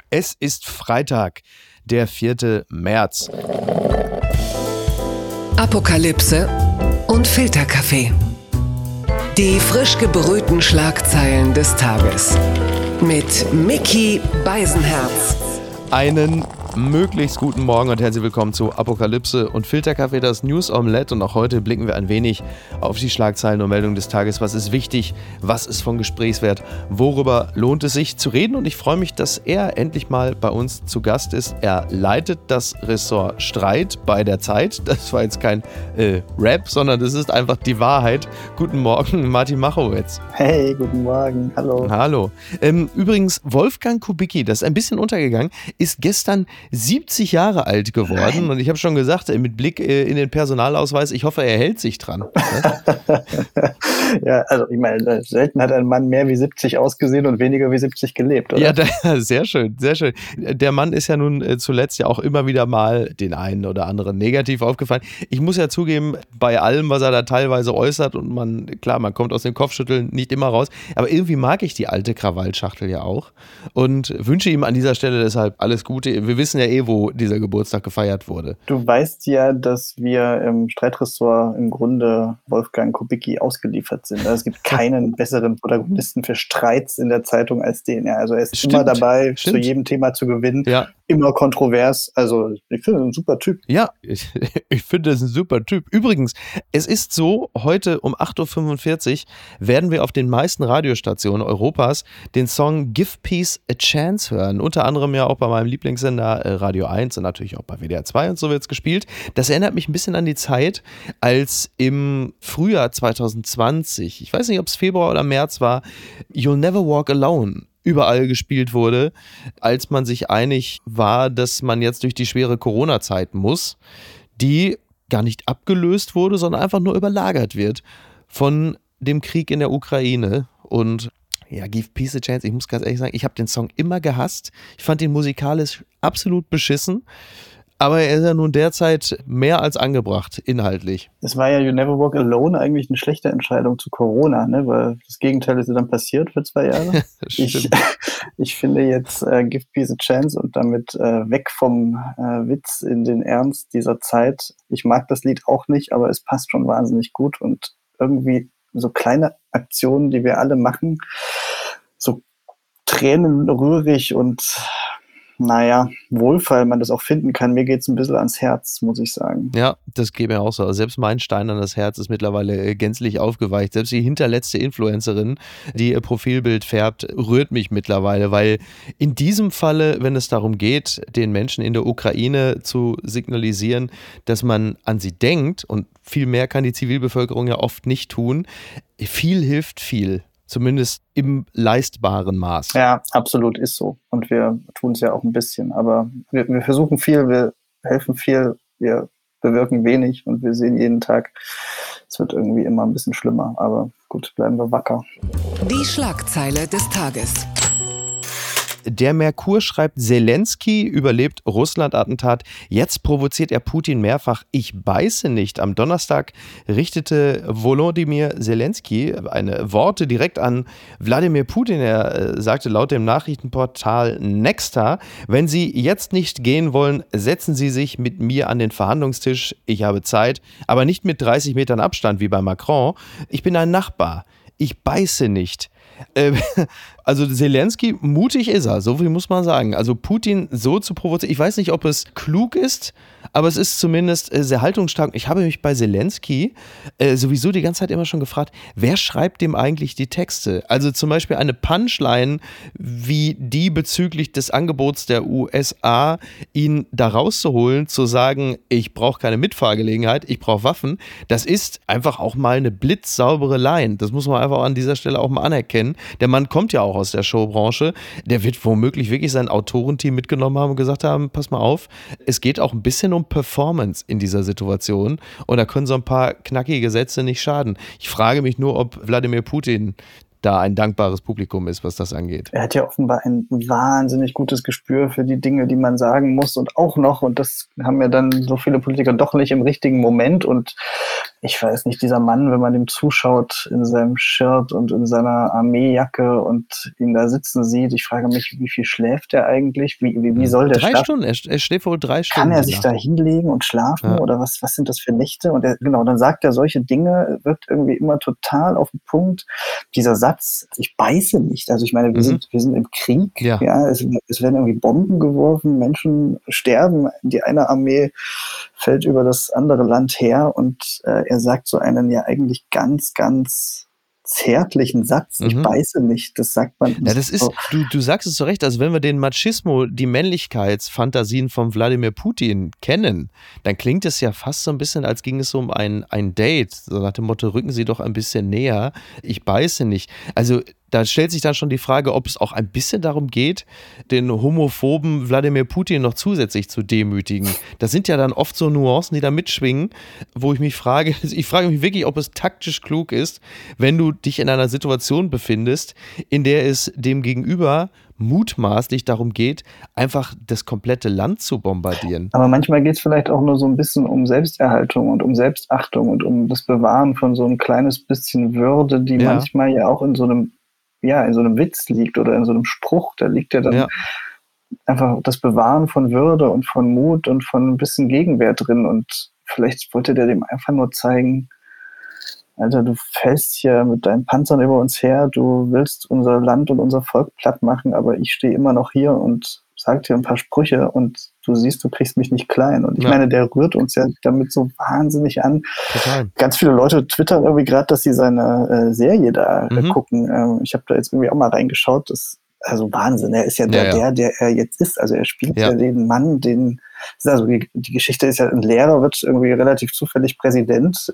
Es ist Freitag, der 4. März. Apokalypse und Filterkaffee. Die frisch gebrühten Schlagzeilen des Tages. Mit Micky Beisenherz. Einen möglichst guten Morgen und herzlich willkommen zu Apokalypse und Filterkaffee, das News Omelette. Und auch heute blicken wir ein wenig auf die Schlagzeilen und Meldungen des Tages. Was ist wichtig? Was ist von Gesprächswert? Worüber lohnt es sich zu reden? Und ich freue mich, dass er endlich mal bei uns zu Gast ist. Er leitet das Ressort Streit bei der Zeit. Das war jetzt kein Rap, sondern das ist einfach die Wahrheit. Guten Morgen, Martin Machowitz. Hey, guten Morgen. Hallo. Hallo. Übrigens, Wolfgang Kubicki, das ist ein bisschen untergegangen, ist gestern 70 Jahre alt geworden. Nein. Und ich habe schon gesagt, mit Blick in den Personalausweis, ich hoffe, er hält sich dran. Ja, also ich meine, selten hat ein Mann mehr wie 70 ausgesehen und weniger wie 70 gelebt, oder? Ja, sehr schön, sehr schön. Der Mann ist ja nun zuletzt ja auch immer wieder mal den einen oder anderen negativ aufgefallen. Ich muss ja zugeben, bei allem, was er da teilweise äußert und man kommt aus dem Kopfschütteln nicht immer raus, aber irgendwie mag ich die alte Krawallschachtel ja auch und wünsche ihm an dieser Stelle deshalb alles Gute. Wir wissen ja wo dieser Geburtstag gefeiert wurde. Du weißt ja, dass wir im Streitressort im Grunde Wolfgang Kubicki ausgeliefert sind. Also es gibt keinen besseren Protagonisten für Streits in der Zeitung als den. Ja, also er ist immer dabei, zu jedem Thema zu gewinnen. Ja. Immer kontrovers. Also ich finde, ein super Typ. Ja, ich finde, das ist ein super Typ. Übrigens, es ist so, heute um 8.45 Uhr werden wir auf den meisten Radiostationen Europas den Song Give Peace a Chance hören. Unter anderem ja auch bei meinem Lieblingssender Radio 1 und natürlich auch bei WDR 2 und so wird es gespielt. Das erinnert mich ein bisschen an die Zeit, als im Frühjahr 2020, ich weiß nicht, ob es Februar oder März war, You'll Never Walk Alone überall gespielt wurde, als man sich einig war, dass man jetzt durch die schwere Corona-Zeit muss, die gar nicht abgelöst wurde, sondern einfach nur überlagert wird von dem Krieg in der Ukraine. Und ja, Give Peace a Chance, ich muss ganz ehrlich sagen, ich habe den Song immer gehasst. Ich fand ihn musikalisch absolut beschissen. Aber er ist ja nun derzeit mehr als angebracht, inhaltlich. Es war ja You Never Walk Alone eigentlich eine schlechte Entscheidung zu Corona, ne? Weil das Gegenteil ist ja dann passiert für 2 Jahre. Ich finde jetzt Give Peace a Chance und damit weg vom Witz in den Ernst dieser Zeit. Ich mag das Lied auch nicht, aber es passt schon wahnsinnig gut und irgendwie so kleine Aktionen, die wir alle machen, so tränenrührig und wohlfeil man das auch finden kann. Mir geht es ein bisschen ans Herz, muss ich sagen. Ja, das geht mir auch so. Selbst mein steinernes Herz ist mittlerweile gänzlich aufgeweicht. Selbst die hinterletzte Influencerin, die ihr Profilbild färbt, rührt mich mittlerweile, weil in diesem Falle, wenn es darum geht, den Menschen in der Ukraine zu signalisieren, dass man an sie denkt, und viel mehr kann die Zivilbevölkerung ja oft nicht tun, viel hilft viel. Zumindest im leistbaren Maß. Ja, absolut, ist so. Und wir tun es ja auch ein bisschen. Aber wir versuchen viel, wir helfen viel, wir bewirken wenig und wir sehen jeden Tag, es wird irgendwie immer ein bisschen schlimmer. Aber gut, bleiben wir wacker. Die Schlagzeile des Tages. Der Merkur schreibt, Zelensky überlebt Russland-Attentat. Jetzt provoziert er Putin mehrfach. Ich beiße nicht. Am Donnerstag richtete Volodymyr Zelensky eine Worte direkt an Wladimir Putin. Er sagte laut dem Nachrichtenportal Nexta, wenn Sie jetzt nicht gehen wollen, setzen Sie sich mit mir an den Verhandlungstisch. Ich habe Zeit, aber nicht mit 30 Metern Abstand wie bei Macron. Ich bin ein Nachbar. Ich beiße nicht. Also Zelensky, mutig ist er, so viel muss man sagen. Also Putin so zu provozieren, ich weiß nicht, ob es klug ist, aber es ist zumindest sehr haltungsstark. Ich habe mich bei Zelensky sowieso die ganze Zeit immer schon gefragt, wer schreibt dem eigentlich die Texte? Also zum Beispiel eine Punchline wie die bezüglich des Angebots der USA, ihn da rauszuholen, zu sagen, ich brauche keine Mitfahrgelegenheit, ich brauche Waffen, das ist einfach auch mal eine blitzsaubere Line. Das muss man einfach an dieser Stelle auch mal anerkennen. Der Mann kommt ja auch aus der Showbranche, der wird womöglich wirklich sein Autorenteam mitgenommen haben und gesagt haben, pass mal auf, es geht auch ein bisschen um Performance in dieser Situation und da können so ein paar knackige Sätze nicht schaden. Ich frage mich nur, ob Wladimir Putin da ein dankbares Publikum ist, was das angeht. Er hat ja offenbar ein wahnsinnig gutes Gespür für die Dinge, die man sagen muss und auch noch, und das haben ja dann so viele Politiker doch nicht im richtigen Moment und ich weiß nicht, dieser Mann, wenn man dem zuschaut in seinem Shirt und in seiner Armeejacke und ihn da sitzen sieht, ich frage mich, wie viel schläft er eigentlich? Wie soll der 3 schlafen? Stunden, er schläft wohl 3 Stunden. Kann er sich da hinlegen und schlafen oder was sind das für Nächte? Und dann sagt er solche Dinge, wirkt irgendwie immer total auf den Punkt. Dieser Satz, ich beiße nicht. Also ich meine, wir sind im Krieg, es werden irgendwie Bomben geworfen, Menschen sterben, die eine Armee fällt über das andere Land her und er sagt so einen ja eigentlich ganz, ganz zärtlichen Satz, ich beiße nicht, das sagt man nicht. Ja, das ist, du sagst es zu Recht, also wenn wir den Machismo, die Männlichkeitsfantasien von Wladimir Putin kennen, dann klingt es ja fast so ein bisschen, als ging es um ein Date, so nach dem Motto, rücken Sie doch ein bisschen näher, ich beiße nicht. Also da stellt sich dann schon die Frage, ob es auch ein bisschen darum geht, den homophoben Wladimir Putin noch zusätzlich zu demütigen. Das sind ja dann oft so Nuancen, die da mitschwingen, wo ich frage mich wirklich, ob es taktisch klug ist, wenn du dich in einer Situation befindest, in der es dem Gegenüber mutmaßlich darum geht, einfach das komplette Land zu bombardieren. Aber manchmal geht es vielleicht auch nur so ein bisschen um Selbsterhaltung und um Selbstachtung und um das Bewahren von so ein kleines bisschen Würde, die manchmal ja auch in so einem Witz liegt oder in so einem Spruch, da liegt ja dann einfach das Bewahren von Würde und von Mut und von ein bisschen Gegenwehr drin und vielleicht wollte der dem einfach nur zeigen, Alter, du fällst hier mit deinen Panzern über uns her, du willst unser Land und unser Volk platt machen, aber ich stehe immer noch hier und sag dir ein paar Sprüche und du siehst, du kriegst mich nicht klein. Und ich meine, der rührt uns ja damit so wahnsinnig an. Total. Ganz viele Leute twittern irgendwie gerade, dass sie seine Serie da gucken. Ich habe da jetzt irgendwie auch mal reingeschaut. Also Wahnsinn, er ist ja der er jetzt ist. Also er spielt ja den Mann, also die Geschichte ist ja, ein Lehrer wird irgendwie relativ zufällig Präsident,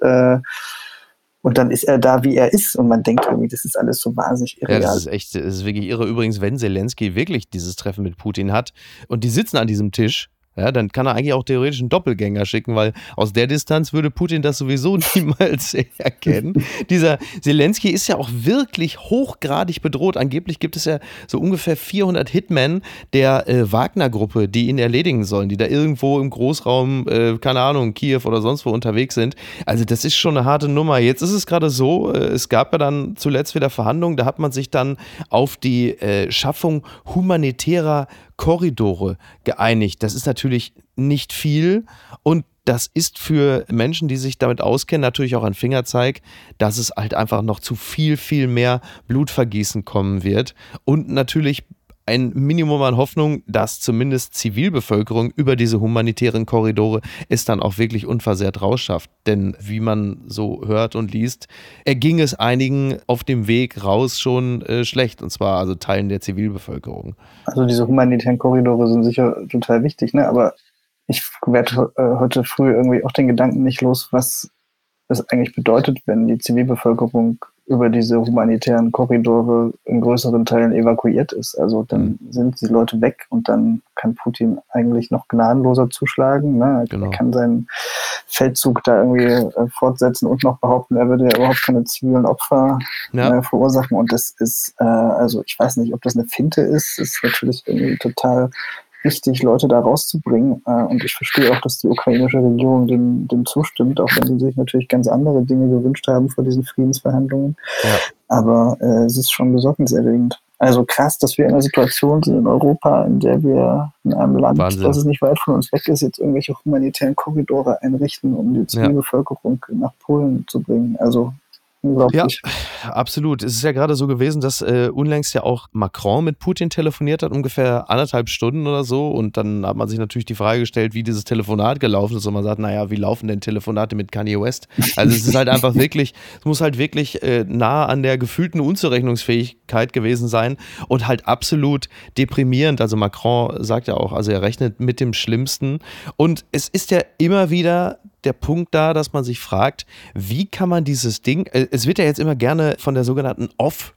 und dann ist er da, wie er ist. Und man denkt irgendwie, das ist alles so wahnsinnig irreal. Ja, das ist wirklich irre. Übrigens, wenn Zelensky wirklich dieses Treffen mit Putin hat und die sitzen an diesem Tisch, ja, dann kann er eigentlich auch theoretisch einen Doppelgänger schicken, weil aus der Distanz würde Putin das sowieso niemals erkennen. Dieser Zelensky ist ja auch wirklich hochgradig bedroht. Angeblich gibt es ja so ungefähr 400 Hitmen der Wagner-Gruppe, die ihn erledigen sollen, die da irgendwo im Großraum, keine Ahnung, Kiew oder sonst wo unterwegs sind. Also das ist schon eine harte Nummer. Jetzt ist es gerade so, es gab ja dann zuletzt wieder Verhandlungen, da hat man sich dann auf die Schaffung humanitärer Korridore geeinigt. Das ist natürlich nicht viel und das ist für Menschen, die sich damit auskennen, natürlich auch ein Fingerzeig, dass es halt einfach noch zu viel, viel mehr Blutvergießen kommen wird und natürlich ein Minimum an Hoffnung, dass zumindest Zivilbevölkerung über diese humanitären Korridore es dann auch wirklich unversehrt rausschafft. Denn wie man so hört und liest, erging es einigen auf dem Weg raus schon schlecht, und zwar also Teilen der Zivilbevölkerung. Also diese humanitären Korridore sind sicher total wichtig, ne? Aber ich werde heute früh irgendwie auch den Gedanken nicht los, was es eigentlich bedeutet, wenn die Zivilbevölkerung über diese humanitären Korridore in größeren Teilen evakuiert ist. Also dann sind die Leute weg und dann kann Putin eigentlich noch gnadenloser zuschlagen. Ne? Er kann seinen Feldzug da irgendwie fortsetzen und noch behaupten, er würde ja überhaupt keine zivilen Opfer verursachen. Und das ist, also ich weiß nicht, ob das eine Finte ist. Es ist natürlich irgendwie total wichtig, Leute da rauszubringen. Und ich verstehe auch, dass die ukrainische Regierung dem zustimmt, auch wenn sie sich natürlich ganz andere Dinge gewünscht haben vor diesen Friedensverhandlungen. Ja. Aber es ist schon besorgniserregend. Also krass, dass wir in einer Situation sind in Europa, in der wir in einem Land, das es nicht weit von uns weg ist, jetzt irgendwelche humanitären Korridore einrichten, um die Zivilbevölkerung nach Polen zu bringen. Also unglaublich. Ja, absolut. Es ist ja gerade so gewesen, dass unlängst ja auch Macron mit Putin telefoniert hat, ungefähr 1,5 Stunden oder so. Und dann hat man sich natürlich die Frage gestellt, wie dieses Telefonat gelaufen ist. Und man sagt, naja, wie laufen denn Telefonate mit Kanye West? Also es ist halt einfach wirklich, es muss halt wirklich nah an der gefühlten Unzurechnungsfähigkeit gewesen sein und halt absolut deprimierend. Also Macron sagt ja auch, also er rechnet mit dem Schlimmsten. Und es ist ja immer wieder der Punkt da, dass man sich fragt, wie kann man dieses Ding, es wird ja jetzt immer gerne von der sogenannten Off-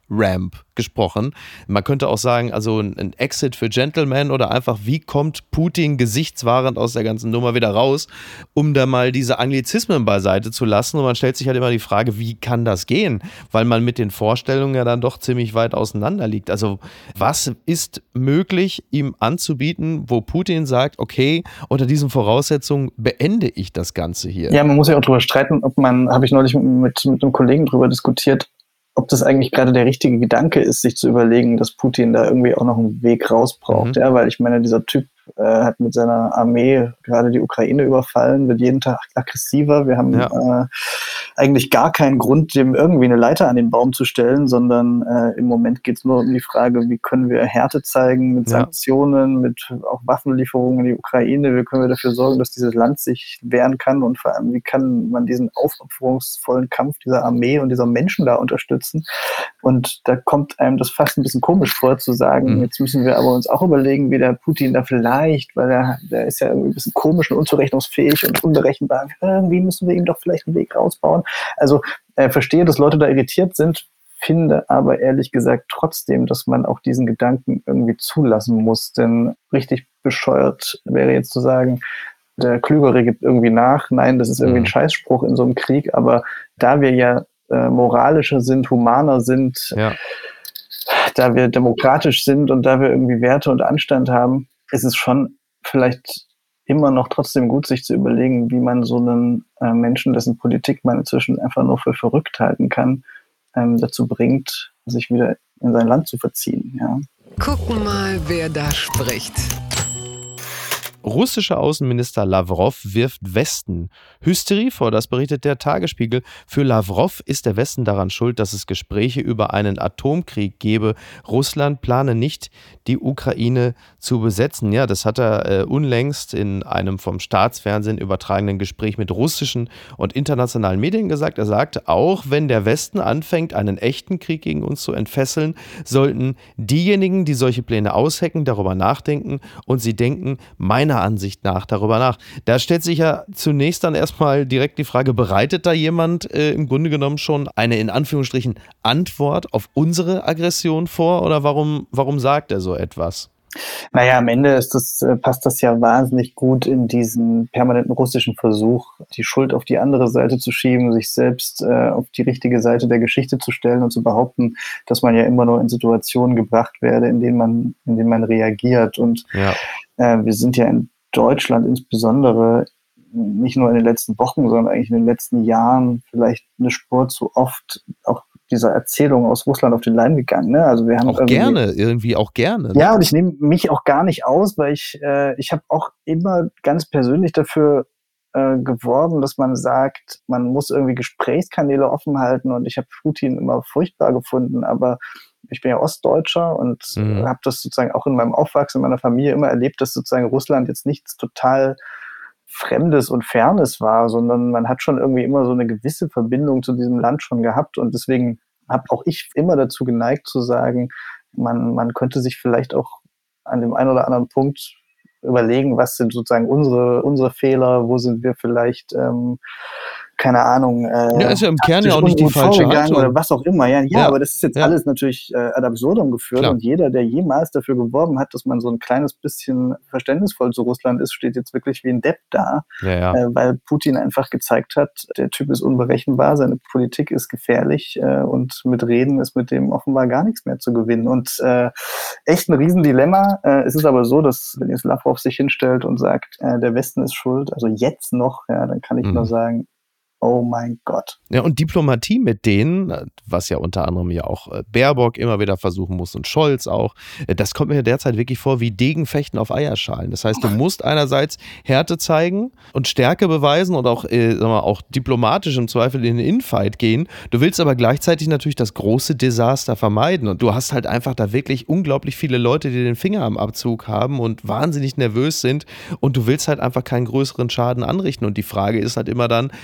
Exit-Ramp gesprochen. Man könnte auch sagen, also ein Exit für Gentlemen oder einfach, wie kommt Putin gesichtswahrend aus der ganzen Nummer wieder raus, um da mal diese Anglizismen beiseite zu lassen. Und man stellt sich halt immer die Frage, wie kann das gehen? Weil man mit den Vorstellungen ja dann doch ziemlich weit auseinander liegt. Also was ist möglich, ihm anzubieten, wo Putin sagt, okay, unter diesen Voraussetzungen beende ich das Ganze hier? Ja, man muss ja auch drüber streiten, habe ich neulich mit einem Kollegen drüber diskutiert, ob das eigentlich gerade der richtige Gedanke ist, sich zu überlegen, dass Putin da irgendwie auch noch einen Weg raus braucht. Ja, weil ich meine, dieser Typ hat mit seiner Armee gerade die Ukraine überfallen, wird jeden Tag aggressiver. Wir haben eigentlich gar keinen Grund, dem irgendwie eine Leiter an den Baum zu stellen, sondern im Moment geht es nur um die Frage, wie können wir Härte zeigen mit Sanktionen, mit auch Waffenlieferungen in die Ukraine, wie können wir dafür sorgen, dass dieses Land sich wehren kann und vor allem, wie kann man diesen aufopferungsvollen Kampf dieser Armee und dieser Menschen da unterstützen. Und da kommt einem das fast ein bisschen komisch vor, zu sagen, jetzt müssen wir aber uns auch überlegen, wie der Putin da vielleicht, weil der ist ja irgendwie ein bisschen komisch und unzurechnungsfähig und unberechenbar. Irgendwie müssen wir ihm doch vielleicht einen Weg rausbauen. Also verstehe, dass Leute da irritiert sind, finde aber ehrlich gesagt trotzdem, dass man auch diesen Gedanken irgendwie zulassen muss. Denn richtig bescheuert wäre jetzt zu sagen, der Klügere gibt irgendwie nach. Nein, das ist irgendwie ein Scheißspruch in so einem Krieg. Aber da wir ja moralischer sind, humaner sind, da wir demokratisch sind und da wir irgendwie Werte und Anstand haben, ist es schon vielleicht immer noch trotzdem gut, sich zu überlegen, wie man so einen Menschen, dessen Politik man inzwischen einfach nur für verrückt halten kann, dazu bringt, sich wieder in sein Land zu verziehen. Ja. Gucken mal, wer da spricht. Russischer Außenminister Lavrov wirft Westen Hysterie vor, das berichtet der Tagesspiegel. Für Lavrov ist der Westen daran schuld, dass es Gespräche über einen Atomkrieg gebe. Russland plane nicht, die Ukraine zu besetzen. Ja, das hat er unlängst in einem vom Staatsfernsehen übertragenen Gespräch mit russischen und internationalen Medien gesagt. Er sagte, auch wenn der Westen anfängt, einen echten Krieg gegen uns zu entfesseln, sollten diejenigen, die solche Pläne aushecken, darüber nachdenken und sie denken, meiner Ansicht nach darüber nach. Da stellt sich ja zunächst dann erstmal direkt die Frage, bereitet da jemand im Grunde genommen schon eine in Anführungsstrichen Antwort auf unsere Aggression vor oder warum sagt er so etwas? Naja, am Ende passt das ja wahnsinnig gut in diesen permanenten russischen Versuch, die Schuld auf die andere Seite zu schieben, sich selbst auf die richtige Seite der Geschichte zu stellen und zu behaupten, dass man ja immer nur in Situationen gebracht werde, in denen man reagiert. Und wir sind ja in Deutschland insbesondere nicht nur in den letzten Wochen, sondern eigentlich in den letzten Jahren vielleicht eine Spur zu oft auch dieser Erzählung aus Russland auf den Leim gegangen. Ne? Also wir haben auch gerne. Ja, und ich nehme mich auch gar nicht aus, weil ich habe auch immer ganz persönlich dafür geworben, dass man sagt, man muss irgendwie Gesprächskanäle offen halten und ich habe Putin immer furchtbar gefunden, aber ich bin ja Ostdeutscher und habe das sozusagen auch in meinem Aufwachsen, in meiner Familie immer erlebt, dass sozusagen Russland jetzt nichts total Fremdes und Fernes war, sondern man hat schon irgendwie immer so eine gewisse Verbindung zu diesem Land schon gehabt und deswegen habe auch ich immer dazu geneigt zu sagen, man könnte sich vielleicht auch an dem einen oder anderen Punkt überlegen, was sind sozusagen unsere Fehler, wo sind wir vielleicht keine Ahnung, ist ja im Kern ja auch nicht die falsche Haltung. Oder was auch immer. Ja, aber das ist jetzt alles natürlich ad absurdum geführt. Klar. Und jeder, der jemals dafür geworben hat, dass man so ein kleines bisschen verständnisvoll zu Russland ist, steht jetzt wirklich wie ein Depp da. Weil Putin einfach gezeigt hat, der Typ ist unberechenbar, seine Politik ist gefährlich und mit Reden ist mit dem offenbar gar nichts mehr zu gewinnen. Und echt ein Riesendilemma. Es ist aber so, dass wenn jetzt Lavrov sich hinstellt und sagt, der Westen ist schuld, also jetzt noch, dann kann ich nur sagen, oh mein Gott. Ja, und Diplomatie mit denen, was ja unter anderem ja auch Baerbock immer wieder versuchen muss und Scholz auch, das kommt mir derzeit wirklich vor wie Degenfechten auf Eierschalen. Das heißt, du musst einerseits Härte zeigen und Stärke beweisen und auch, auch diplomatisch im Zweifel in den Infight gehen. Du willst aber gleichzeitig natürlich das große Desaster vermeiden und du hast halt einfach da wirklich unglaublich viele Leute, die den Finger am Abzug haben und wahnsinnig nervös sind und du willst halt einfach keinen größeren Schaden anrichten und die Frage ist halt immer dann, wo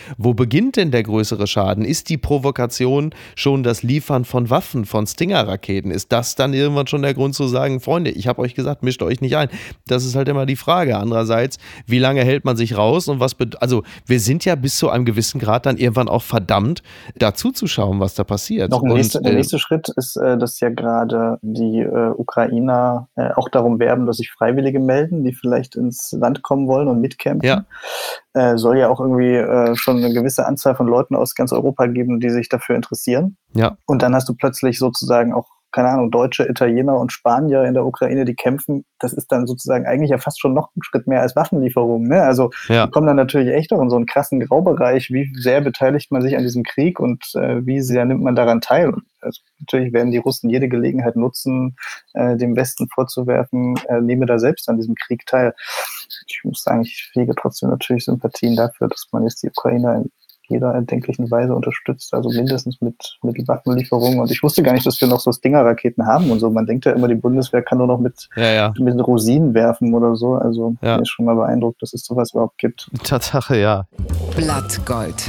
beginnt denn der größere Schaden? Ist die Provokation schon das Liefern von Waffen, von Stinger-Raketen? Ist das dann irgendwann schon der Grund zu sagen, Freunde, ich habe euch gesagt, mischt euch nicht ein? Das ist halt immer die Frage. Andererseits, wie lange hält man sich raus und also wir sind ja bis zu einem gewissen Grad dann irgendwann auch verdammt, dazu zu schauen, was da passiert. Der nächste Schritt ist, dass ja gerade die Ukrainer auch darum werben, dass sich Freiwillige melden, die vielleicht ins Land kommen wollen und mitkämpfen. Ja. Soll ja auch irgendwie schon eine gewisse Anzahl von Leuten aus ganz Europa geben, die sich dafür interessieren. Ja. Und dann hast du plötzlich sozusagen auch, keine Ahnung, Deutsche, Italiener und Spanier in der Ukraine, die kämpfen. Das ist dann sozusagen eigentlich ja fast schon noch ein Schritt mehr als Waffenlieferungen. Ne? Also die kommen dann natürlich echt auch in so einen krassen Graubereich. Wie sehr beteiligt man sich an diesem Krieg und wie sehr nimmt man daran teil? Also natürlich werden die Russen jede Gelegenheit nutzen, dem Westen vorzuwerfen, nehme da selbst an diesem Krieg teil. Ich muss sagen, ich hege trotzdem natürlich Sympathien dafür, dass man jetzt die Ukrainer in jeder erdenklichen Weise unterstützt, also mindestens mit Waffenlieferungen. Und ich wusste gar nicht, dass wir noch so Stinger-Raketen haben und so. Man denkt ja immer, die Bundeswehr kann nur noch mit Rosinen werfen oder so. Also mir ist schon mal beeindruckt, dass es sowas überhaupt gibt. Tatsache, ja. Blattgold.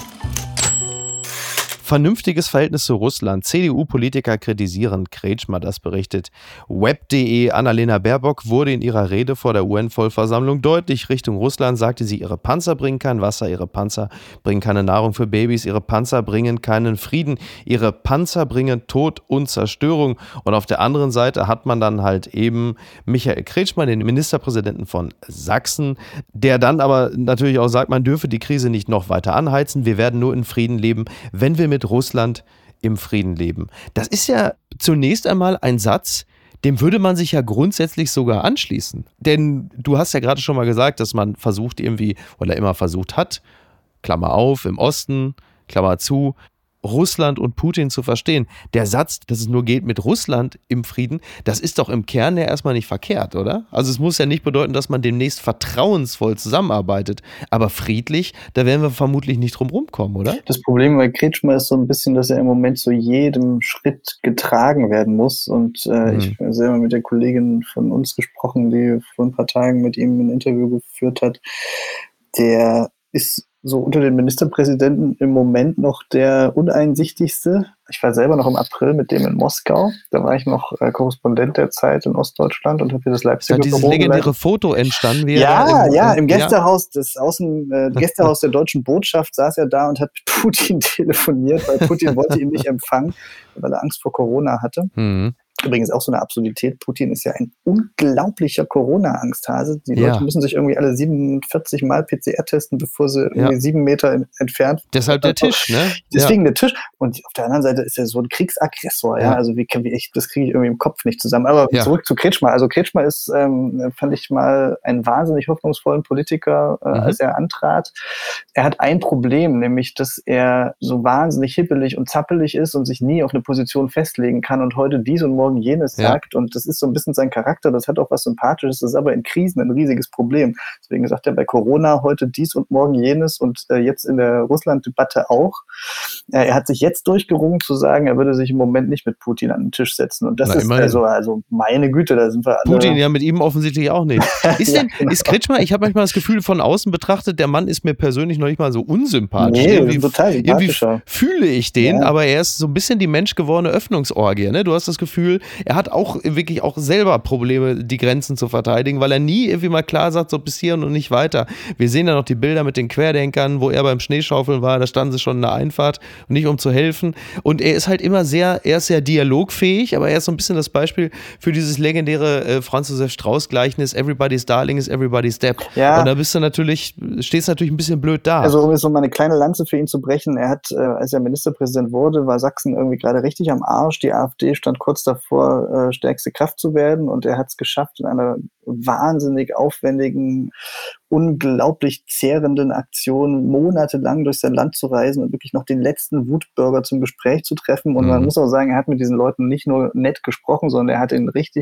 Vernünftiges Verhältnis zu Russland. CDU-Politiker kritisieren. Kretschmer, das berichtet web.de. Annalena Baerbock wurde in ihrer Rede vor der UN-Vollversammlung deutlich. Richtung Russland sagte sie, ihre Panzer bringen kein Wasser, ihre Panzer bringen keine Nahrung für Babys, ihre Panzer bringen keinen Frieden, ihre Panzer bringen Tod und Zerstörung. Und auf der anderen Seite hat man dann halt eben Michael Kretschmer, den Ministerpräsidenten von Sachsen, der dann aber natürlich auch sagt, man dürfe die Krise nicht noch weiter anheizen. Wir werden nur in Frieden leben, wenn wir mit Russland im Frieden leben. Das ist ja zunächst einmal ein Satz, dem würde man sich ja grundsätzlich sogar anschließen. Denn du hast ja gerade schon mal gesagt, dass man versucht irgendwie oder immer versucht hat, Klammer auf, im Osten, Klammer zu, Russland und Putin zu verstehen. Der Satz, dass es nur geht mit Russland im Frieden, das ist doch im Kern ja erstmal nicht verkehrt, oder? Also es muss ja nicht bedeuten, dass man demnächst vertrauensvoll zusammenarbeitet, aber friedlich, da werden wir vermutlich nicht drum rumkommen, oder? Das Problem bei Kretschmer ist so ein bisschen, dass er im Moment zu jedem Schritt getragen werden muss und ich habe selber mit der Kollegin von uns gesprochen, die vor ein paar Tagen mit ihm ein Interview geführt hat. Der ist so unter den Ministerpräsidenten im Moment noch der uneinsichtigste. Ich war selber noch im April mit dem in Moskau. Da war ich noch Korrespondent der Zeit in Ostdeutschland und habe hier das Leipziger Büro dieses legendäre Foto entstanden. Wie im Gästehaus Gästehaus der deutschen Botschaft saß er da und hat mit Putin telefoniert, weil Putin wollte ihn nicht empfangen, weil er Angst vor Corona hatte. Übrigens auch so eine Absurdität. Putin ist ja ein unglaublicher Corona-Angsthase. Die Leute müssen sich irgendwie alle 47 Mal PCR testen, bevor sie irgendwie 7 Meter entfernt. Deshalb der Tisch, ne? Deswegen der Tisch. Und auf der anderen Seite ist er so ein Kriegsaggressor. Ja? Also das kriege ich irgendwie im Kopf nicht zusammen. Aber zurück zu Kretschmer. Also Kretschmer ist, fand ich mal, einen wahnsinnig hoffnungsvollen Politiker, als er antrat. Er hat ein Problem, nämlich, dass er so wahnsinnig hippelig und zappelig ist und sich nie auf eine Position festlegen kann und heute dies und morgen jenes sagt. Und das ist so ein bisschen sein Charakter. Das hat auch was Sympathisches. Das ist aber in Krisen ein riesiges Problem. Deswegen sagt er bei Corona heute dies und morgen jenes und jetzt in der Russland-Debatte auch. Er hat sich jetzt durchgerungen zu sagen, er würde sich im Moment nicht mit Putin an den Tisch setzen. Und das ist also meine Güte, da sind wir alle. Putin ja mit ihm offensichtlich auch nicht. Ist Kretschmer, ich habe manchmal das Gefühl, von außen betrachtet, der Mann ist mir persönlich noch nicht mal so unsympathisch. Nee, total sympathischer. Irgendwie fühle ich den, aber er ist so ein bisschen die menschgewordene Öffnungsorgie. Ne? Du hast das Gefühl, er hat auch wirklich auch selber Probleme, die Grenzen zu verteidigen, weil er nie irgendwie mal klar sagt, so bis hierhin und nicht weiter. Wir sehen ja noch die Bilder mit den Querdenkern, wo er beim Schneeschaufeln war, da standen sie schon in der Einfahrt, nicht um zu helfen. Und er ist halt immer sehr dialogfähig, aber er ist so ein bisschen das Beispiel für dieses legendäre Franz Josef Strauß-Gleichnis, Everybody's Darling is Everybody's Depp. Ja. Und da stehst du natürlich ein bisschen blöd da. Also um jetzt noch mal eine kleine Lanze für ihn zu brechen, er hat, als er Ministerpräsident wurde, war Sachsen irgendwie gerade richtig am Arsch. Die AfD stand kurz davor, stärkste Kraft zu werden und er hat es geschafft, in einer wahnsinnig aufwendigen, unglaublich zehrenden Aktion monatelang durch sein Land zu reisen und wirklich noch den letzten Wutbürger zum Gespräch zu treffen. Und man muss auch sagen, er hat mit diesen Leuten nicht nur nett gesprochen, sondern er hat ihnen richtig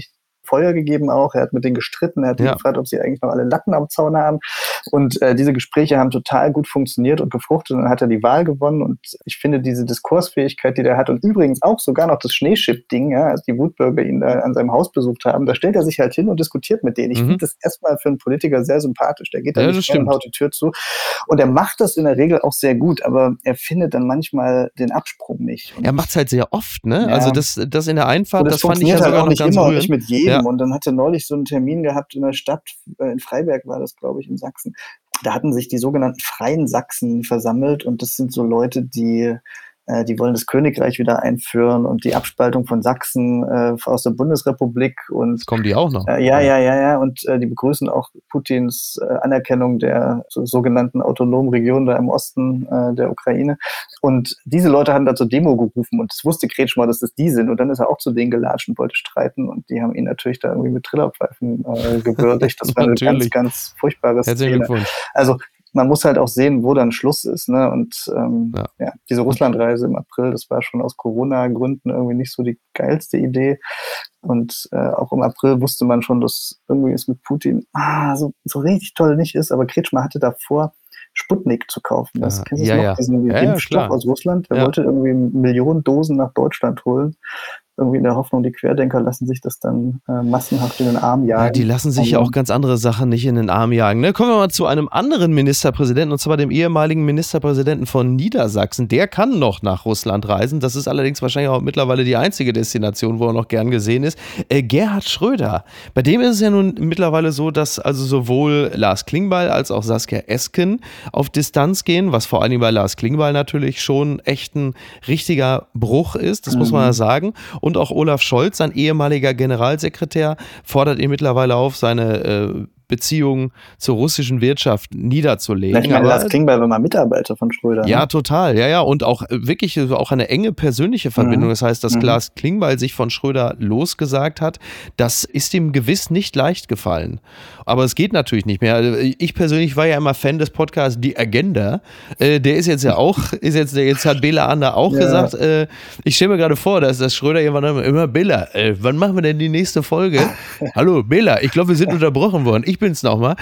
Feuer gegeben auch. Er hat mit denen gestritten, er hat ihn gefragt, ob sie eigentlich noch alle Latten am Zaun haben. Und diese Gespräche haben total gut funktioniert und gefruchtet und dann hat er die Wahl gewonnen. Und ich finde diese Diskursfähigkeit, die der hat und übrigens auch sogar noch das Schneeschipp-Ding, ja, als die Wutbürger ihn da an seinem Haus besucht haben, da stellt er sich halt hin und diskutiert mit denen. Ich finde das erstmal für einen Politiker sehr sympathisch. Der geht da nicht rein und haut die Tür zu. Und er macht das in der Regel auch sehr gut, aber er findet dann manchmal den Absprung nicht. Und er macht es halt sehr oft, ne? Ja. Also das in der Einfahrt, das fand ich ja halt sogar auch nicht noch ganz immer rührend. Nicht mit jedem. Ja. Und dann hat er neulich so einen Termin gehabt in der Stadt, in Freiberg war das, glaube ich, in Sachsen. Da hatten sich die sogenannten Freien Sachsen versammelt und das sind so Leute, die wollen das Königreich wieder einführen und die Abspaltung von Sachsen aus der Bundesrepublik. Und das kommen die auch noch. Ja. Und die begrüßen auch Putins Anerkennung der sogenannten autonomen Region da im Osten der Ukraine. Und diese Leute hatten da zur Demo gerufen und das wusste Kretschmer, dass das die sind. Und dann ist er auch zu denen gelatscht und wollte streiten. Und die haben ihn natürlich da irgendwie mit Trillerpfeifen gewürdigt. Das war eine ganz, ganz furchtbare Szene. Herzlichen Glückwunsch. Also man muss halt auch sehen, wo dann Schluss ist. Ne? Und diese Russlandreise im April, das war schon aus Corona-Gründen irgendwie nicht so die geilste Idee. Und auch im April wusste man schon, dass irgendwie es mit Putin so richtig toll nicht ist. Aber Kretschmer hatte davor, Sputnik zu kaufen. Das kennst du noch, diesen Impfstoff aus Russland. Er wollte irgendwie Millionen Dosen nach Deutschland holen. Irgendwie in der Hoffnung, die Querdenker lassen sich das dann massenhaft in den Arm jagen. Ja, die lassen sich ja auch ganz andere Sachen nicht in den Arm jagen. Ne? Kommen wir mal zu einem anderen Ministerpräsidenten, und zwar dem ehemaligen Ministerpräsidenten von Niedersachsen. Der kann noch nach Russland reisen. Das ist allerdings wahrscheinlich auch mittlerweile die einzige Destination, wo er noch gern gesehen ist. Gerhard Schröder. Bei dem ist es ja nun mittlerweile so, dass also sowohl Lars Klingbeil als auch Saskia Esken auf Distanz gehen, was vor allem bei Lars Klingbeil natürlich schon echt ein richtiger Bruch ist. Das muss man ja sagen. Und auch Olaf Scholz, sein ehemaliger Generalsekretär, fordert ihn mittlerweile auf, seine Beziehungen zur russischen Wirtschaft niederzulegen. Ich meine, Lars Klingbeil war mal Mitarbeiter von Schröder. Ja, ne? Total. Ja. Und auch wirklich auch eine enge persönliche Verbindung. Das heißt, dass Lars Klingbeil sich von Schröder losgesagt hat, das ist ihm gewiss nicht leicht gefallen. Aber es geht natürlich nicht mehr. Ich persönlich war ja immer Fan des Podcasts Die Agenda. Der ist jetzt ja auch, jetzt hat Bela Ander auch gesagt, ich stelle mir gerade vor, dass Schröder irgendwann immer, Bela, wann machen wir denn die nächste Folge? Hallo, Bela, ich glaube, wir sind unterbrochen worden. Ich bin's nochmal.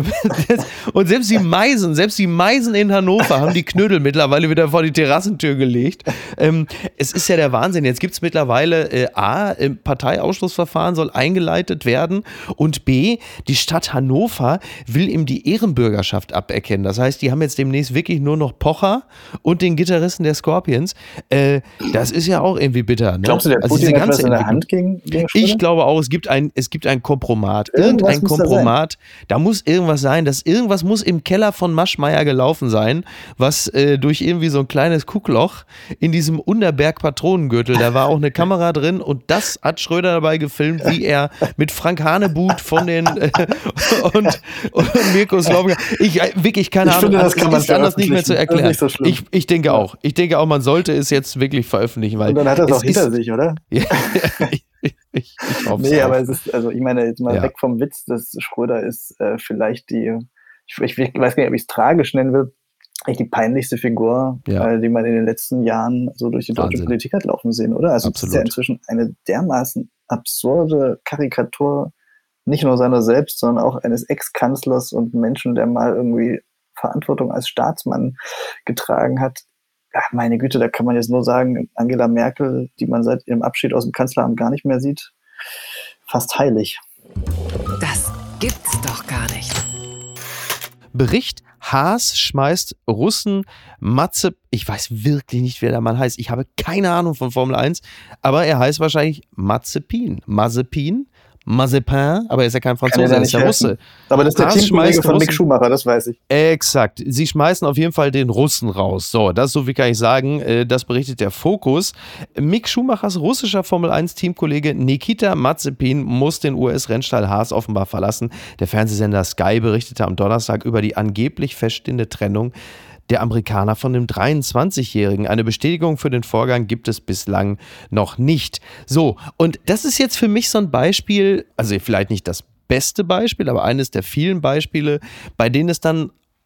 Und selbst die Meisen in Hannover haben die Knödel mittlerweile wieder vor die Terrassentür gelegt. Es ist ja der Wahnsinn. Jetzt gibt es mittlerweile A, Parteiausschlussverfahren soll eingeleitet werden und B, die Stadt Hannover will ihm die Ehrenbürgerschaft aberkennen. Das heißt, die haben jetzt demnächst wirklich nur noch Pocher und den Gitarristen der Scorpions. Das ist ja auch irgendwie bitter. Ne? Glaubst du, der Putin hat was in der Hand gegen Schröder? Ich glaube auch, es gibt ein Kompromat. Irgendein Kompromat. Da muss irgendwas sein, irgendwas muss im Keller von Maschmeyer gelaufen sein, was durch irgendwie so ein kleines Kuckloch in diesem Unterberg-Patronengürtel, da war auch eine Kamera drin und das hat Schröder dabei gefilmt, wie er mit Frank Hanebut von den und Mirko Slomka, wirklich keine Ahnung, das ist anders nicht mehr zu erklären. Nicht so ich denke auch. Ich denke auch, man sollte es jetzt wirklich veröffentlichen. Weil und dann hat er es auch hinter sich, oder? Ja, ich hoffe nee, aber es ist, also ich meine, jetzt mal weg vom Witz, dass Schröder ist vielleicht ich weiß gar nicht, ob ich es tragisch nennen will, die peinlichste Figur, die man in den letzten Jahren so durch die deutsche Politik hat laufen sehen, oder? Also es ist ja inzwischen eine dermaßen absurde Karikatur, nicht nur seiner selbst, sondern auch eines Ex-Kanzlers und Menschen, der mal irgendwie Verantwortung als Staatsmann getragen hat. Ja, meine Güte, da kann man jetzt nur sagen, Angela Merkel, die man seit ihrem Abschied aus dem Kanzleramt gar nicht mehr sieht, fast heilig. Das gibt's doch gar nicht. Bericht: Haas schmeißt Russen ich weiß wirklich nicht, wer der Mann heißt. Ich habe keine Ahnung von Formel 1, aber er heißt wahrscheinlich Mazepin, aber er ist ja kein Franzose, er ist ja Russe. Aber das ist der Teamkollege von Mick Schumacher, das weiß ich. Exakt. Sie schmeißen auf jeden Fall den Russen raus. So, das so viel kann ich sagen. Das berichtet der Fokus. Mick Schumachers russischer Formel-1-Teamkollege Nikita Mazepin muss den US-Rennstall Haas offenbar verlassen. Der Fernsehsender Sky berichtete am Donnerstag über die angeblich feststehende Trennung der Amerikaner von dem 23-Jährigen. Eine Bestätigung für den Vorgang gibt es bislang noch nicht. So, und das ist jetzt für mich so ein Beispiel, also vielleicht nicht das beste Beispiel, aber eines der vielen Beispiele, bei denen es dann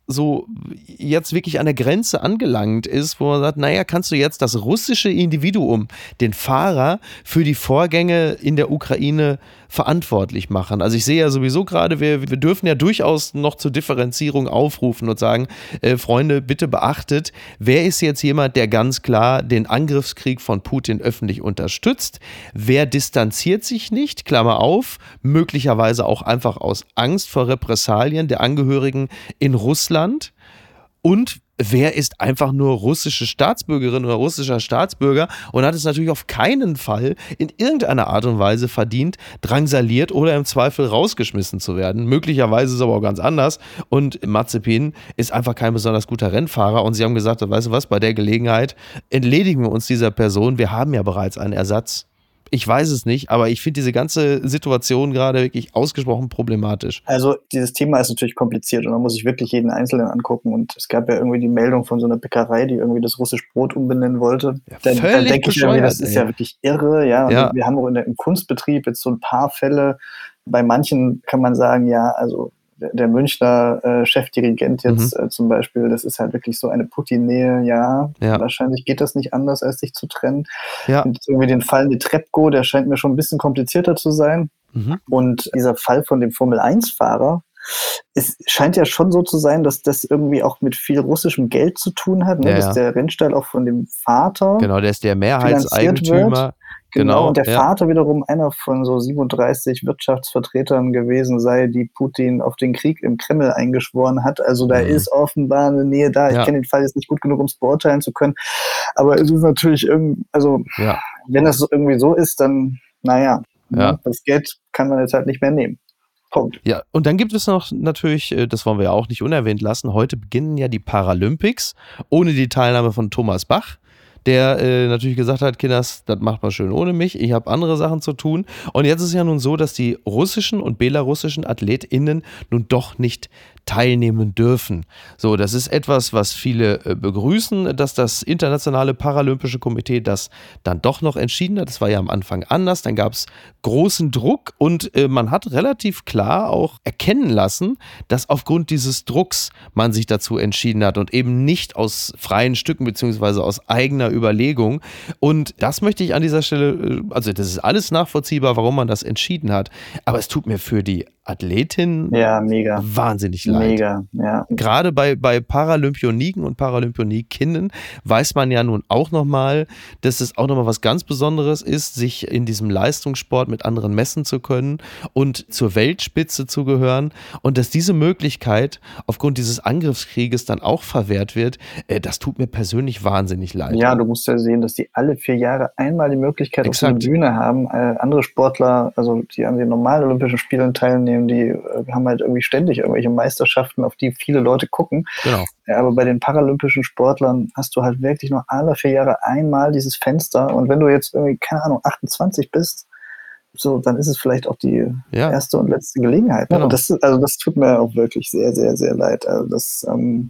so jetzt wirklich an der Grenze angelangt ist, wo man sagt, naja, kannst du jetzt das russische Individuum, den Fahrer, für die Vorgänge in der Ukraine verantwortlich machen. Also ich sehe ja sowieso gerade, wir dürfen ja durchaus noch zur Differenzierung aufrufen und sagen, Freunde, bitte beachtet, wer ist jetzt jemand, der ganz klar den Angriffskrieg von Putin öffentlich unterstützt? Wer distanziert sich nicht, Klammer auf, möglicherweise auch einfach aus Angst vor Repressalien der Angehörigen in Russland? Und wer ist einfach nur russische Staatsbürgerin oder russischer Staatsbürger und hat es natürlich auf keinen Fall in irgendeiner Art und Weise verdient, drangsaliert oder im Zweifel rausgeschmissen zu werden. Möglicherweise ist es aber auch ganz anders und Mazepin ist einfach kein besonders guter Rennfahrer und sie haben gesagt, weißt du was, bei der Gelegenheit entledigen wir uns dieser Person, wir haben ja bereits einen Ersatz. Ich weiß es nicht, aber ich finde diese ganze Situation gerade wirklich ausgesprochen problematisch. Also dieses Thema ist natürlich kompliziert und man muss sich wirklich jeden Einzelnen angucken und es gab ja irgendwie die Meldung von so einer Bäckerei, die irgendwie das russisch Brot umbenennen wollte. Ja, da denke ich irgendwie, das ist ja ey. wirklich irre. Ja? Ja. Wir haben auch im Kunstbetrieb jetzt so ein paar Fälle. Bei manchen kann man sagen, ja, also der Münchner Chefdirigent jetzt zum Beispiel, das ist halt wirklich so eine Putin-Nähe, ja. Wahrscheinlich geht das nicht anders, als sich zu trennen. Ja. Und irgendwie den Fall Netrebko, der scheint mir schon ein bisschen komplizierter zu sein. Und dieser Fall von dem Formel-1-Fahrer, es scheint ja schon so zu sein, dass das irgendwie auch mit viel russischem Geld zu tun hat, ne? Dass der Rennstall auch von dem Vater genau, der ist der Mehrheitseigentümer. Genau, und der Vater wiederum einer von so 37 Wirtschaftsvertretern gewesen sei, die Putin auf den Krieg im Kreml eingeschworen hat. Also da ist offenbar eine Nähe da. Ich kenne den Fall jetzt nicht gut genug, um es beurteilen zu können. Aber es ist natürlich irgendwie, also wenn das so irgendwie so ist, dann, das Geld kann man jetzt halt nicht mehr nehmen. Punkt. Ja, und dann gibt es noch natürlich, das wollen wir ja auch nicht unerwähnt lassen, heute beginnen ja die Paralympics ohne die Teilnahme von Thomas Bach, der natürlich gesagt hat, Kinders, das macht mal schön ohne mich, ich habe andere Sachen zu tun. Und jetzt ist es ja nun so, dass die russischen und belarussischen AthletInnen nun doch nicht teilnehmen dürfen. So, das ist etwas, was viele begrüßen, dass das Internationale Paralympische Komitee das dann doch noch entschieden hat. Das war ja am Anfang anders, dann gab es großen Druck und man hat relativ klar auch erkennen lassen, dass aufgrund dieses Drucks man sich dazu entschieden hat und eben nicht aus freien Stücken beziehungsweise aus eigener Überlegung. Und das möchte ich an dieser Stelle, also das ist alles nachvollziehbar, warum man das entschieden hat, aber es tut mir für die Athletin mega wahnsinnig leid. Mega, ja. Gerade bei Paralympioniken und Paralympionikinnen weiß man ja nun auch nochmal, dass es auch nochmal was ganz Besonderes ist, sich in diesem Leistungssport mit anderen messen zu können und zur Weltspitze zu gehören und dass diese Möglichkeit aufgrund dieses Angriffskrieges dann auch verwehrt wird, das tut mir persönlich wahnsinnig leid. Ja, du musst ja sehen, dass die alle 4 Jahre einmal die Möglichkeit auf so einer Bühne haben. Andere Sportler, also die an den normalen Olympischen Spielen teilnehmen, die haben halt irgendwie ständig irgendwelche Meisterschaften, auf die viele Leute gucken. Genau. Ja, aber bei den paralympischen Sportlern hast du halt wirklich nur alle 4 Jahre einmal dieses Fenster. Und wenn du jetzt irgendwie, keine Ahnung, 28 bist, so, dann ist es vielleicht auch die erste und letzte Gelegenheit. Ne? Genau. Und das tut mir auch wirklich sehr, sehr, sehr leid. Also das,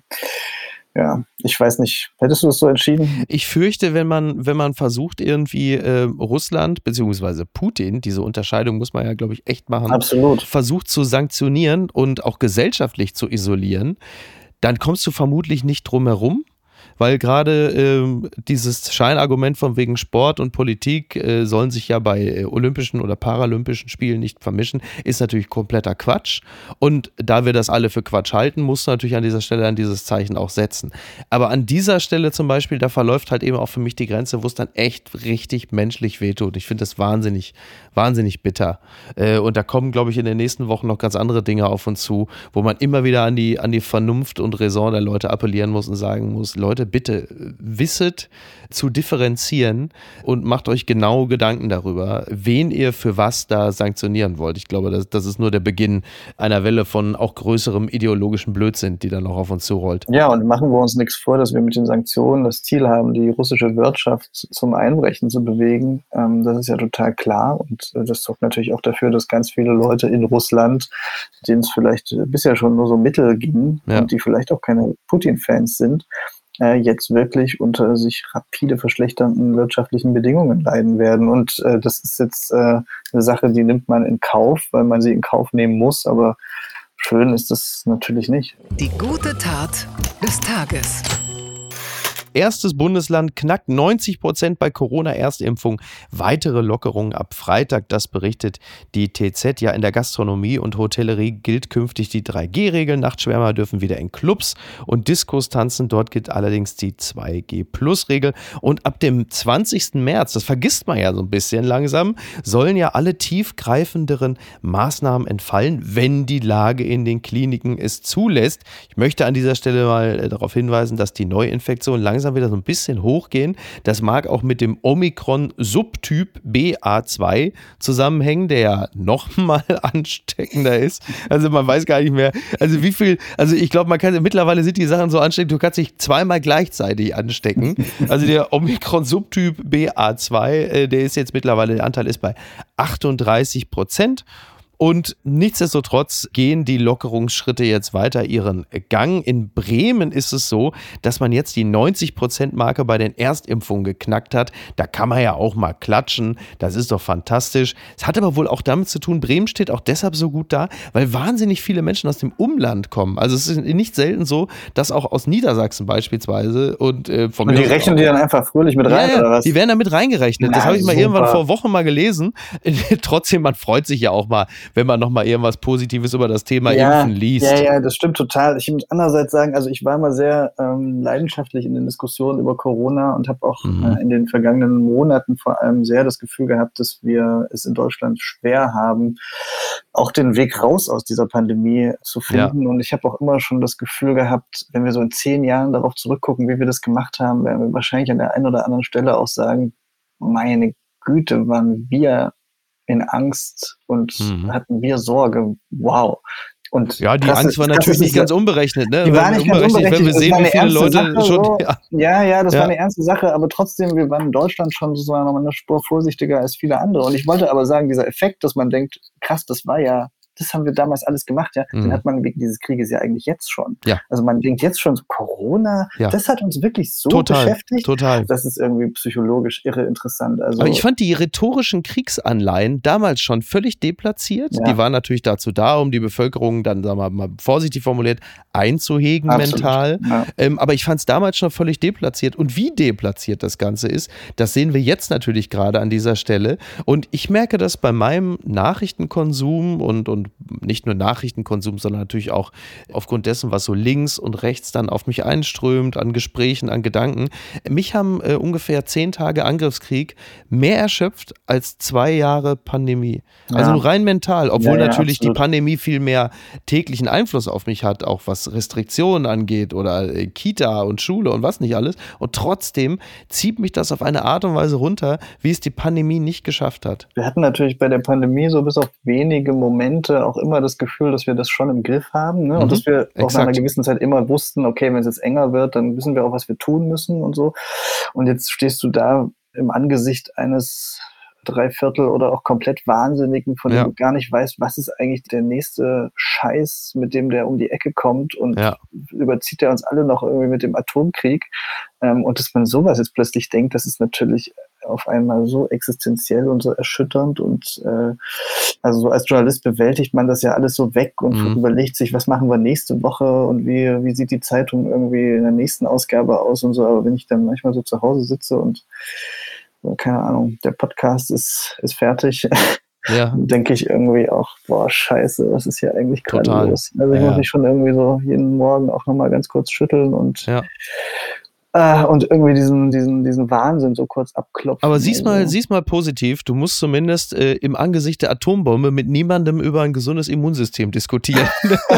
ich weiß nicht. Hättest du es so entschieden? Ich fürchte, wenn man versucht, irgendwie Russland bzw. Putin, diese Unterscheidung muss man ja, glaube ich, echt machen, absolut, versucht zu sanktionieren und auch gesellschaftlich zu isolieren, dann kommst du vermutlich nicht drum herum. Weil gerade dieses Scheinargument von wegen Sport und Politik sollen sich ja bei Olympischen oder Paralympischen Spielen nicht vermischen, ist natürlich kompletter Quatsch. Und da wir das alle für Quatsch halten, musst du natürlich an dieser Stelle an dieses Zeichen auch setzen. Aber an dieser Stelle zum Beispiel, da verläuft halt eben auch für mich die Grenze, wo es dann echt richtig menschlich wehtut. Ich finde das wahnsinnig, wahnsinnig bitter. Und da kommen, glaube ich, in den nächsten Wochen noch ganz andere Dinge auf uns zu, wo man immer wieder an die Vernunft und Raison der Leute appellieren muss und sagen muss, Leute, bitte wisset zu differenzieren und macht euch genau Gedanken darüber, wen ihr für was da sanktionieren wollt. Ich glaube, das ist nur der Beginn einer Welle von auch größerem ideologischen Blödsinn, die dann noch auf uns zurollt. Ja, und machen wir uns nichts vor, dass wir mit den Sanktionen das Ziel haben, die russische Wirtschaft zum Einbrechen zu bewegen. Das ist ja total klar und das sorgt natürlich auch dafür, dass ganz viele Leute in Russland, denen es vielleicht bisher schon nur so mittel ging und die vielleicht auch keine Putin-Fans sind, jetzt wirklich unter sich rapide verschlechternden wirtschaftlichen Bedingungen leiden werden. Und das ist jetzt eine Sache, die nimmt man in Kauf, weil man sie in Kauf nehmen muss. Aber schön ist das natürlich nicht. Die gute Tat des Tages. Erstes Bundesland knackt 90% bei Corona-Erstimpfung. Weitere Lockerungen ab Freitag, das berichtet die TZ. Ja, in der Gastronomie und Hotellerie gilt künftig die 3G-Regel. Nachtschwärmer dürfen wieder in Clubs und Diskos tanzen. Dort gilt allerdings die 2G-Plus-Regel. Und ab dem 20. März, das vergisst man ja so ein bisschen langsam, sollen ja alle tiefgreifenderen Maßnahmen entfallen, wenn die Lage in den Kliniken es zulässt. Ich möchte an dieser Stelle mal darauf hinweisen, dass die Neuinfektionen langsam wieder so ein bisschen hochgehen. Das mag auch mit dem Omikron-Subtyp BA2 zusammenhängen, der ja nochmal ansteckender ist. Also man weiß gar nicht mehr, also wie viel, also ich glaube, mittlerweile sind die Sachen so ansteckend, du kannst dich zweimal gleichzeitig anstecken. Also der Omikron-Subtyp BA2, der ist jetzt mittlerweile, der Anteil ist bei 38%. Und nichtsdestotrotz gehen die Lockerungsschritte jetzt weiter ihren Gang. In Bremen ist es so, dass man jetzt die 90%-Marke bei den Erstimpfungen geknackt hat. Da kann man ja auch mal klatschen. Das ist doch fantastisch. Es hat aber wohl auch damit zu tun, Bremen steht auch deshalb so gut da, weil wahnsinnig viele Menschen aus dem Umland kommen. Also es ist nicht selten so, dass auch aus Niedersachsen beispielsweise und von und die rechnen die dann einfach fröhlich mit rein, oder was? Die werden da mit reingerechnet. Das habe ich mal irgendwann vor Wochen mal gelesen. Trotzdem, man freut sich ja auch mal, wenn man nochmal irgendwas Positives über das Thema Impfen liest. Ja, das stimmt total. Ich muss andererseits sagen, also ich war mal sehr leidenschaftlich in den Diskussionen über Corona und habe auch in den vergangenen Monaten vor allem sehr das Gefühl gehabt, dass wir es in Deutschland schwer haben, auch den Weg raus aus dieser Pandemie zu finden. Ja. Und ich habe auch immer schon das Gefühl gehabt, wenn wir so in 10 Jahren darauf zurückgucken, wie wir das gemacht haben, werden wir wahrscheinlich an der einen oder anderen Stelle auch sagen, meine Güte, waren wir in Angst und hatten wir Sorge. Wow. Und ja, die Angst war natürlich nicht ganz unberechnet. Ne? Die war nicht ganz unberechnet. Wenn wir sehen, wie viele Leute Sache, schon... So. Ja, das war eine ernste Sache, aber trotzdem, wir waren in Deutschland schon sozusagen noch eine Spur vorsichtiger als viele andere. Und ich wollte aber sagen, dieser Effekt, dass man denkt, krass, das haben wir damals alles gemacht, ja. Den hat man wegen dieses Krieges ja eigentlich jetzt schon. Ja. Also man denkt jetzt schon so, Corona, das hat uns wirklich so beschäftigt. Total. Das ist irgendwie psychologisch irre interessant. Also, aber ich fand die rhetorischen Kriegsanleihen damals schon völlig deplatziert. Ja. Die waren natürlich dazu da, um die Bevölkerung dann, sagen wir mal vorsichtig formuliert, einzuhegen. Absolut. Mental. Ja. Aber ich fand es damals schon völlig deplatziert. Und wie deplatziert das Ganze ist, das sehen wir jetzt natürlich gerade an dieser Stelle. Und ich merke das bei meinem Nachrichtenkonsum und nicht nur Nachrichtenkonsum, sondern natürlich auch aufgrund dessen, was so links und rechts dann auf mich einströmt, an Gesprächen, an Gedanken. Mich haben ungefähr 10 Tage Angriffskrieg mehr erschöpft als 2 Jahre Pandemie. Also nur rein mental, obwohl natürlich absolut. Die Pandemie viel mehr täglichen Einfluss auf mich hat, auch was Restriktionen angeht oder Kita und Schule und was nicht alles. Und trotzdem zieht mich das auf eine Art und Weise runter, wie es die Pandemie nicht geschafft hat. Wir hatten natürlich bei der Pandemie so bis auf wenige Momente auch immer das Gefühl, dass wir das schon im Griff haben, ne? Und dass wir auch nach einer gewissen Zeit immer wussten, okay, wenn es jetzt enger wird, dann wissen wir auch, was wir tun müssen und so. Und jetzt stehst du da im Angesicht eines 3/4 oder auch komplett Wahnsinnigen, von dem du gar nicht weißt, was ist eigentlich der nächste Scheiß, mit dem der um die Ecke kommt und überzieht er uns alle noch irgendwie mit dem Atomkrieg. Und dass man sowas jetzt plötzlich denkt, das ist natürlich auf einmal so existenziell und so erschütternd und also so als Journalist bewältigt man das ja alles so weg und überlegt sich, was machen wir nächste Woche und wie sieht die Zeitung irgendwie in der nächsten Ausgabe aus und so. Aber wenn ich dann manchmal so zu Hause sitze und keine Ahnung, der Podcast ist fertig, denke ich irgendwie auch, boah, scheiße, was ist hier eigentlich gerade los? Also ich muss mich schon irgendwie so jeden Morgen auch nochmal ganz kurz schütteln und irgendwie diesen Wahnsinn so kurz abklopfen. Aber sieh's mal positiv, du musst zumindest im Angesicht der Atombombe mit niemandem über ein gesundes Immunsystem diskutieren.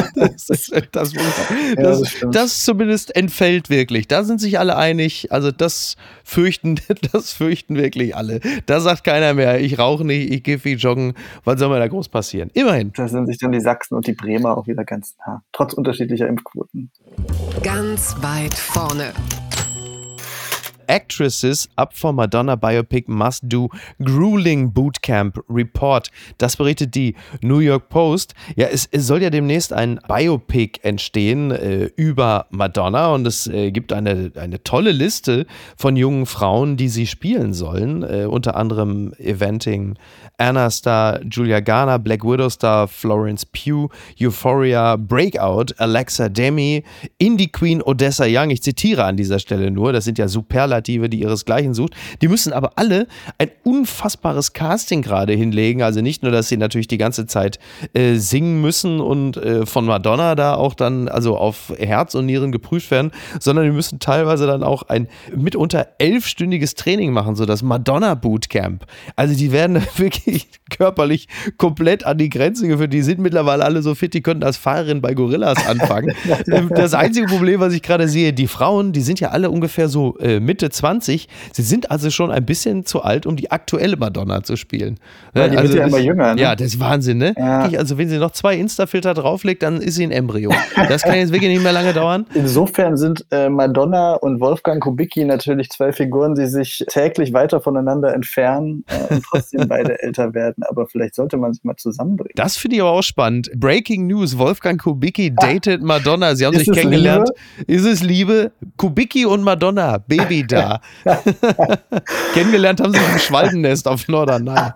Das zumindest entfällt wirklich. Da sind sich alle einig, also das fürchten wirklich alle. Da sagt keiner mehr, ich rauche nicht, ich gehe viel joggen, was soll mir da groß passieren? Immerhin. Da sind sich dann die Sachsen und die Bremer auch wieder ganz nah, trotz unterschiedlicher Impfquoten. Ganz weit vorne. Actresses up for Madonna Biopic must do grueling bootcamp report. Das berichtet die New York Post. Ja, es soll ja demnächst ein Biopic entstehen über Madonna und es gibt eine tolle Liste von jungen Frauen, die sie spielen sollen. Unter anderem Eventing Anna-Star Julia Garner, Black Widow-Star Florence Pugh, Euphoria, Breakout, Alexa Demi, Indie Queen Odessa Young. Ich zitiere an dieser Stelle nur, das sind ja Superlative, die ihresgleichen sucht. Die müssen aber alle ein unfassbares Casting gerade hinlegen. Also nicht nur, dass sie natürlich die ganze Zeit singen müssen und von Madonna da auch dann also auf Herz und Nieren geprüft werden, sondern die müssen teilweise dann auch ein mitunter 11-stündiges Training machen, so das Madonna Bootcamp. Also die werden wirklich körperlich komplett an die Grenze geführt. Die sind mittlerweile alle so fit, die könnten als Fahrerin bei Gorillas anfangen. Das einzige Problem, was ich gerade sehe, die Frauen, die sind ja alle ungefähr so Mitte 20. Sie sind also schon ein bisschen zu alt, um die aktuelle Madonna zu spielen. Weil die wird ja immer jünger. Ne? Ja, das ist Wahnsinn, ne? Ja. Also wenn sie noch 2 Insta-Filter drauflegt, dann ist sie ein Embryo. Das kann jetzt wirklich nicht mehr lange dauern. Insofern sind Madonna und Wolfgang Kubicki natürlich 2 Figuren, die sich täglich weiter voneinander entfernen und trotzdem beide älter werden, aber vielleicht sollte man sich mal zusammenbringen. Das finde ich aber auch spannend. Breaking News, Wolfgang Kubicki datet Madonna. Sie haben sich kennengelernt. Liebe? Ist es Liebe? Kubicki und Madonna, Baby da. Kennengelernt haben sie sich im Schwalbennest auf Norderney.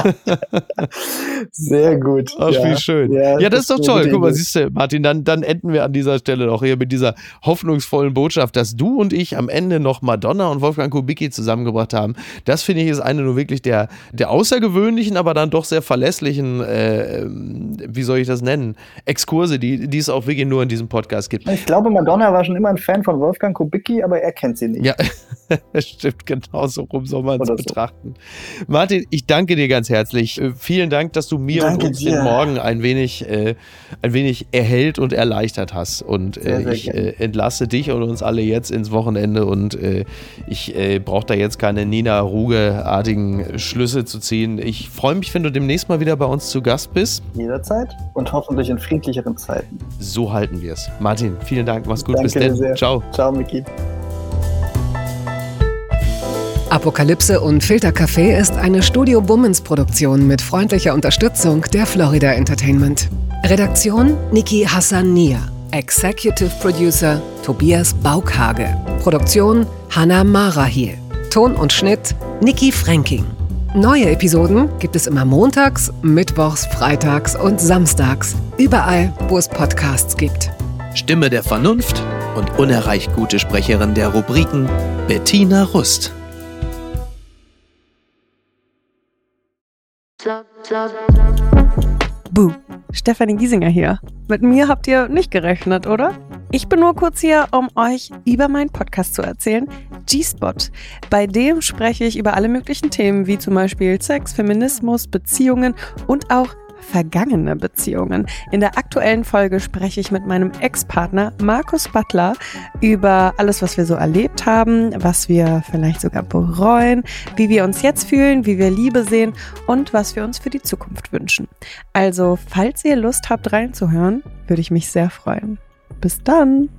Sehr gut. Ach, ja. Wie schön. Ja, das ist doch toll. Guck mal, siehst du, Martin, dann enden wir an dieser Stelle noch hier mit dieser hoffnungsvollen Botschaft, dass du und ich am Ende noch Madonna und Wolfgang Kubicki zusammengebracht haben. Das finde ich ist eine nur wirklich der außergewöhnlichen, aber dann doch sehr verlässlichen, wie soll ich das nennen, Exkurse, die es auch wirklich nur in diesem Podcast gibt. Ich glaube, Madonna war schon immer ein Fan von Wolfgang Kubicki, aber er kennt sie nicht. Ja, stimmt, genau so rum soll man es betrachten. Martin, ich danke dir ganz herzlich. Vielen Dank, dass du mir und uns den Morgen ein wenig erhellt und erleichtert hast. Und ich entlasse dich und uns alle jetzt ins Wochenende und ich brauche da jetzt keine Nina Ruge-artigen Schlüsse zu ziehen. Ich freue mich, wenn du demnächst mal wieder bei uns zu Gast bist. Jederzeit und hoffentlich in friedlicheren Zeiten. So halten wir es. Martin, vielen Dank. Mach's gut. Danke bis dann. Sehr. Ciao. Ciao, Miki. Apokalypse und Filtercafé ist eine Studio Bummens Produktion mit freundlicher Unterstützung der Florida Entertainment. Redaktion Niki Hassania. Executive Producer Tobias Baukhage. Produktion Hannah Marahiel. Ton und Schnitt Niki Fränking. Neue Episoden gibt es immer montags, mittwochs, freitags und samstags. Überall, wo es Podcasts gibt. Stimme der Vernunft und unerreicht gute Sprecherin der Rubriken Bettina Rust. Buh, Stefanie Giesinger hier. Mit mir habt ihr nicht gerechnet, oder? Ich bin nur kurz hier, um euch über meinen Podcast zu erzählen, G-Spot. Bei dem spreche ich über alle möglichen Themen, wie zum Beispiel Sex, Feminismus, Beziehungen und auch vergangene Beziehungen. In der aktuellen Folge spreche ich mit meinem Ex-Partner Markus Butler über alles, was wir so erlebt haben, was wir vielleicht sogar bereuen, wie wir uns jetzt fühlen, wie wir Liebe sehen und was wir uns für die Zukunft wünschen. Also, falls ihr Lust habt reinzuhören, würde ich mich sehr freuen. Bis dann!